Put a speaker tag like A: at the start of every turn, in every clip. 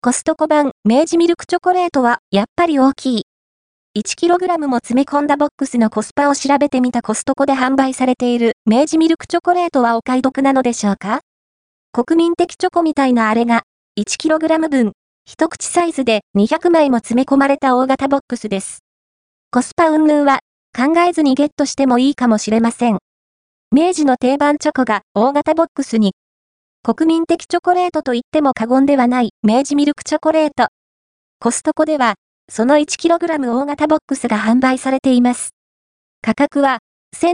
A: コストコ版明治ミルクチョコレートはやっぱり大きい。1kg も詰め込んだボックスのコスパを調べてみたコストコで販売されている明治ミルクチョコレートはお買い得なのでしょうか？国民的チョコみたいなあれが 1kg 分、一口サイズで200枚も詰め込まれた大型ボックスです。コスパ云々は考えずにゲットしてもいいかもしれません。明治の定番チョコが大型ボックスに。国民的チョコレートと言っても過言ではない明治ミルクチョコレート。コストコでは、その 1kg 大型ボックスが販売されています。価格は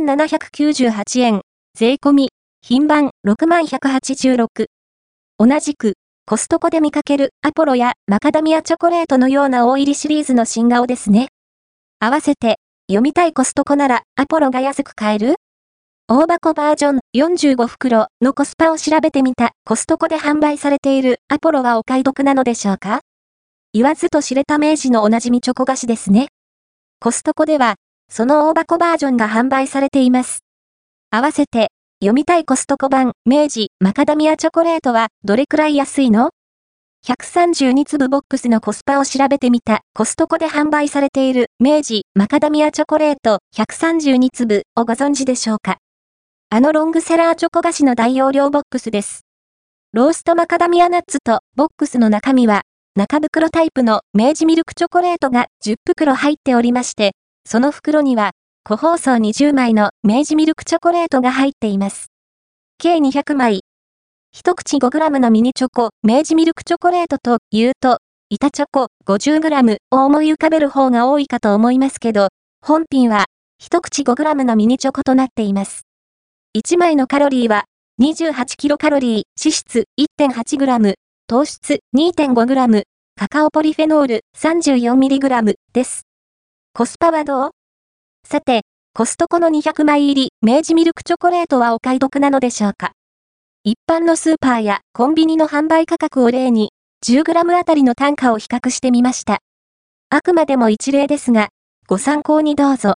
A: 1798円、税込み、品番60186。同じく、コストコで見かけるアポロやマカダミアチョコレートのような大入りシリーズの新顔ですね。合わせて、読みたいコストコならアポロが安く買える？大箱バージョン45袋のコスパを調べてみたコストコで販売されているアポロはお買い得なのでしょうか？言わずと知れた明治のおなじみチョコ菓子ですね。コストコでは、その大箱バージョンが販売されています。合わせて、読みたいコストコ版明治マカダミアチョコレートはどれくらい安いの？132粒ボックスのコスパを調べてみたコストコで販売されている明治マカダミアチョコレート132粒をご存知でしょうか？あのロングセラーチョコ菓子の大容量ボックスです。ローストマカダミアナッツとボックスの中身は中袋タイプの明治ミルクチョコレートが10袋入っておりまして、その袋には個包装20枚の明治ミルクチョコレートが入っています。計200枚。一口 5g のミニチョコ明治ミルクチョコレートというと、板チョコ 50g を思い浮かべる方が多いかと思いますけど、本品は一口 5g のミニチョコとなっています。1枚のカロリーは28キロカロリー、脂質 1.8g、糖質 2.5g、カカオポリフェノール 34mg です。コスパはどう？さて、コストコの200枚入り明治ミルクチョコレートはお買い得なのでしょうか？一般のスーパーやコンビニの販売価格を例に 10g あたりの単価を比較してみました。あくまでも一例ですが、ご参考にどうぞ。